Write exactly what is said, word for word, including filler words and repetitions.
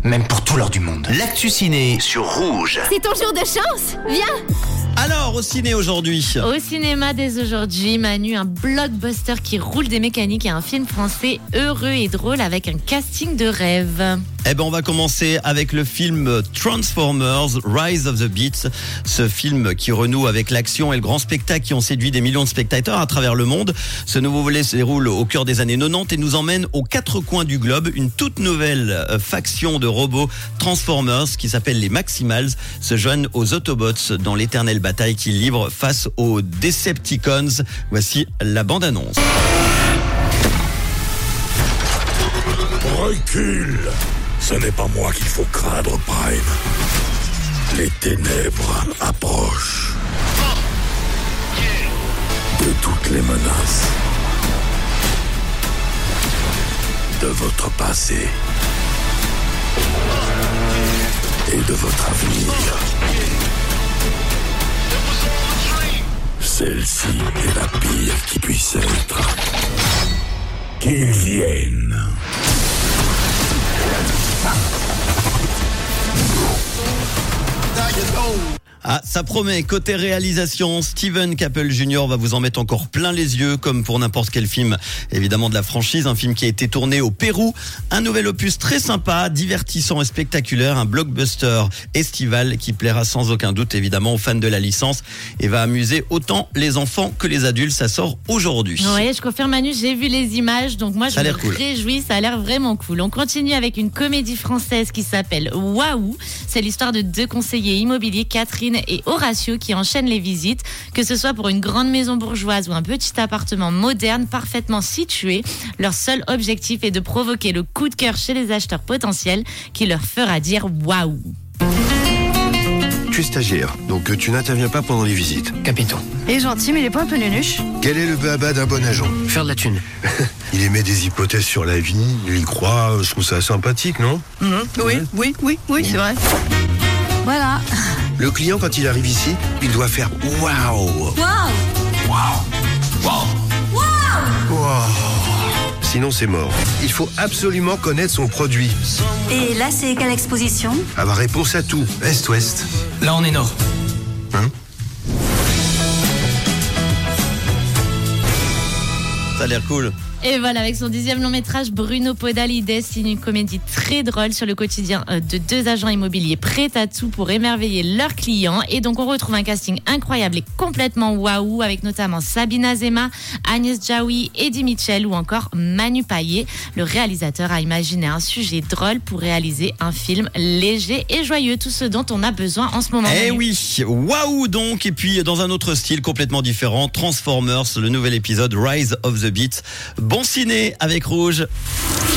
même pour tout l'or du monde. L'actu ciné sur Rouge. C'est ton jour de chance. Viens. Alors, au ciné aujourd'hui. Au cinéma dès aujourd'hui, Manu, un blockbuster qui roule des mécaniques et un film français heureux et drôle avec un casting de rêve. Eh ben, on va commencer avec le film Transformers, Rise of the Beasts. Ce film qui renoue avec l'action et le grand spectacle qui ont séduit des millions de spectateurs à travers le monde. Ce nouveau volet se déroule au cœur des années quatre-vingt-dix et nous emmène aux quatre coins du globe. Une toute nouvelle faction de robots Transformers qui s'appelle les Maximals se joignent aux Autobots dans l'éternelle bataille qu'ils livrent face aux Decepticons. Voici la bande-annonce. Recule! Ce n'est pas moi qu'il faut craindre, Prime. Les ténèbres approchent. De toutes les menaces. De votre passé. Et de votre avenir. Celle-ci est la pire qui puisse être. Qu'ils viennent. Ah, ça promet. Côté réalisation, Steven Caple junior va vous en mettre encore plein les yeux, comme pour n'importe quel film, évidemment de la franchise. Un film qui a été tourné au Pérou. Un nouvel opus très sympa, divertissant et spectaculaire. Un blockbuster estival qui plaira sans aucun doute, évidemment, aux fans de la licence et va amuser autant les enfants que les adultes. Ça sort aujourd'hui. Oui, je confirme, Manu, j'ai vu les images, donc moi je Ça a me l'air cool. réjouis, ça a l'air vraiment cool. On continue avec une comédie française qui s'appelle Waouh. C'est l'histoire de deux conseillers immobiliers, Catherine et Horatio, qui enchaînent les visites, que ce soit pour une grande maison bourgeoise ou un petit appartement moderne parfaitement situé. Leur seul objectif est de provoquer le coup de cœur chez les acheteurs potentiels qui leur fera dire waouh. Tu es stagiaire, donc tu n'interviens pas pendant les visites. Capito, Il est gentil, mais il est pas un peu nunuche. Quel est le béaba d'un bon agent? faire de la thune. Il émet des hypothèses sur la vie, il y croit, je trouve ça sympathique, non? Mhm. Oui, oui, oui, oui, c'est vrai. Voilà. Le client, quand il arrive ici, il doit faire waouh. Waouh. Waouh. Sinon, c'est mort. Il faut absolument connaître son produit. Et là, c'est quelle exposition? Avoir réponse à tout. Est-ouest. Là, on est nord. Hein? Ça a l'air cool. Et voilà, avec son dixième long métrage, Bruno Podalides signe une comédie très drôle sur le quotidien de deux agents immobiliers prêts à tout pour émerveiller leurs clients. Et donc, on retrouve un casting incroyable et complètement waouh, avec notamment Sabine Azema, Agnès Jaoui, Eddie Mitchell ou encore Manu Payet. Le réalisateur a imaginé un sujet drôle pour réaliser un film léger et joyeux, tout ce dont on a besoin en ce moment. Eh Manu. oui, waouh donc. Et puis, dans un autre style complètement différent, Transformers, le nouvel épisode Rise of the Beasts. Bon ciné avec Rouge.